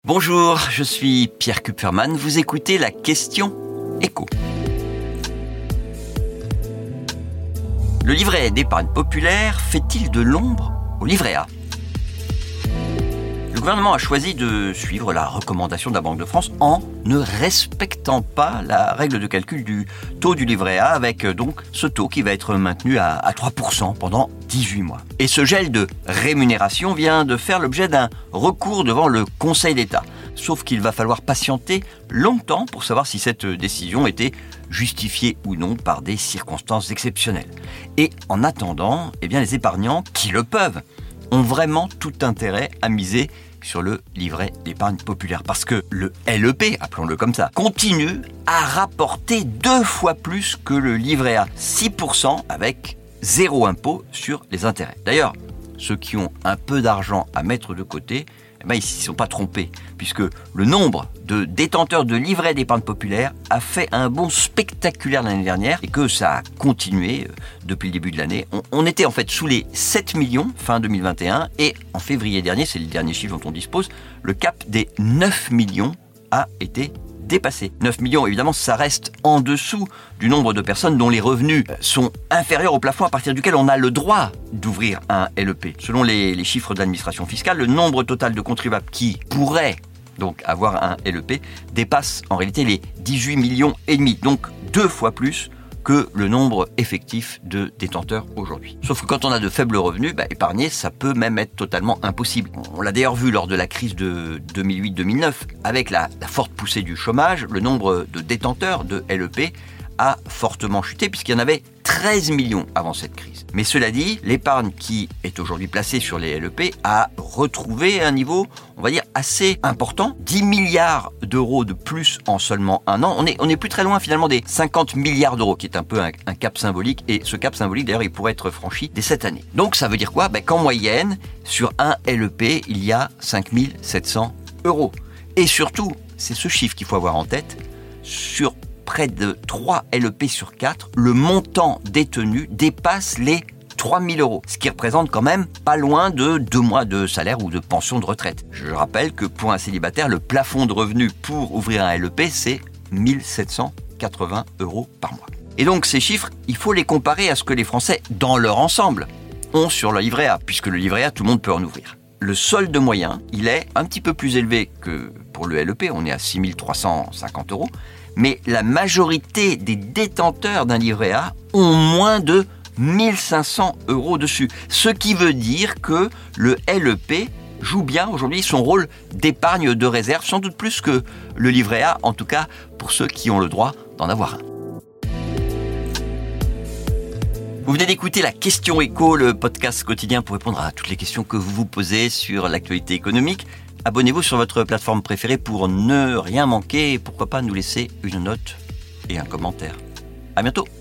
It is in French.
Bonjour, je suis Pierre Kupferman, vous écoutez la question écho. Le livret d'épargne populaire fait-il de l'ombre au livret A ? Le gouvernement a choisi de suivre la recommandation de la Banque de France en ne respectant pas la règle de calcul du taux du livret A avec donc ce taux qui va être maintenu à 3% pendant 18 mois. Et ce gel de rémunération vient de faire l'objet d'un recours devant le Conseil d'État. Sauf qu'il va falloir patienter longtemps pour savoir si cette décision était justifiée ou non par des circonstances exceptionnelles. Et en attendant, les épargnants qui le peuvent ont vraiment tout intérêt à miser sur le livret d'épargne populaire. Parce que le LEP, appelons-le comme ça, continue à rapporter 2 fois plus que le livret A. 6% avec 0 impôt sur les intérêts. D'ailleurs, ceux qui ont un peu d'argent à mettre de côté, ils ne s'y sont pas trompés, puisque le nombre de détenteurs de livrets d'épargne populaire a fait un bond spectaculaire l'année dernière et que ça a continué depuis le début de l'année. On était en fait sous les 7 millions fin 2021 et en février dernier, c'est le dernier chiffre dont on dispose, le cap des 9 millions a été dépassé. 9 millions, évidemment, ça reste en dessous du nombre de personnes dont les revenus sont inférieurs au plafond à partir duquel on a le droit d'ouvrir un LEP. Selon les chiffres de l'administration fiscale, le nombre total de contribuables qui pourraient donc avoir un LEP dépasse en réalité les 18 millions et demi, donc 2 fois plus que le nombre effectif de détenteurs aujourd'hui. Sauf que quand on a de faibles revenus, épargner, ça peut même être totalement impossible. On l'a d'ailleurs vu lors de la crise de 2008-2009, avec la forte poussée du chômage, le nombre de détenteurs de LEP a fortement chuté puisqu'il y en avait 13 millions avant cette crise. Mais cela dit, l'épargne qui est aujourd'hui placée sur les LEP a retrouvé un niveau, on va dire, assez important. 10 milliards d'euros de plus en seulement un an. On est plus très loin finalement des 50 milliards d'euros, qui est un peu un cap symbolique. Et ce cap symbolique, d'ailleurs, il pourrait être franchi dès cette année. Donc ça veut dire quoi ? Qu'en moyenne, sur un LEP, il y a 5 700 euros. Et surtout, c'est ce chiffre qu'il faut avoir en tête, sur près de 3 LEP sur 4, le montant détenu dépasse les 3 000 euros, ce qui représente quand même pas loin de 2 mois de salaire ou de pension de retraite. Je rappelle que pour un célibataire, le plafond de revenus pour ouvrir un LEP, c'est 1 780 euros par mois. Et donc ces chiffres, il faut les comparer à ce que les Français, dans leur ensemble, ont sur le livret A, puisque le livret A, tout le monde peut en ouvrir. Le solde moyen, il est un petit peu plus élevé que pour le LEP, on est à 6 350 euros, mais la majorité des détenteurs d'un livret A ont moins de 1 500 euros dessus. Ce qui veut dire que le LEP joue bien aujourd'hui son rôle d'épargne de réserve, sans doute plus que le livret A, en tout cas pour ceux qui ont le droit d'en avoir un. Vous venez d'écouter la Question Écho, le podcast quotidien pour répondre à toutes les questions que vous vous posez sur l'actualité économique. Abonnez-vous sur votre plateforme préférée pour ne rien manquer et pourquoi pas nous laisser une note et un commentaire. À bientôt.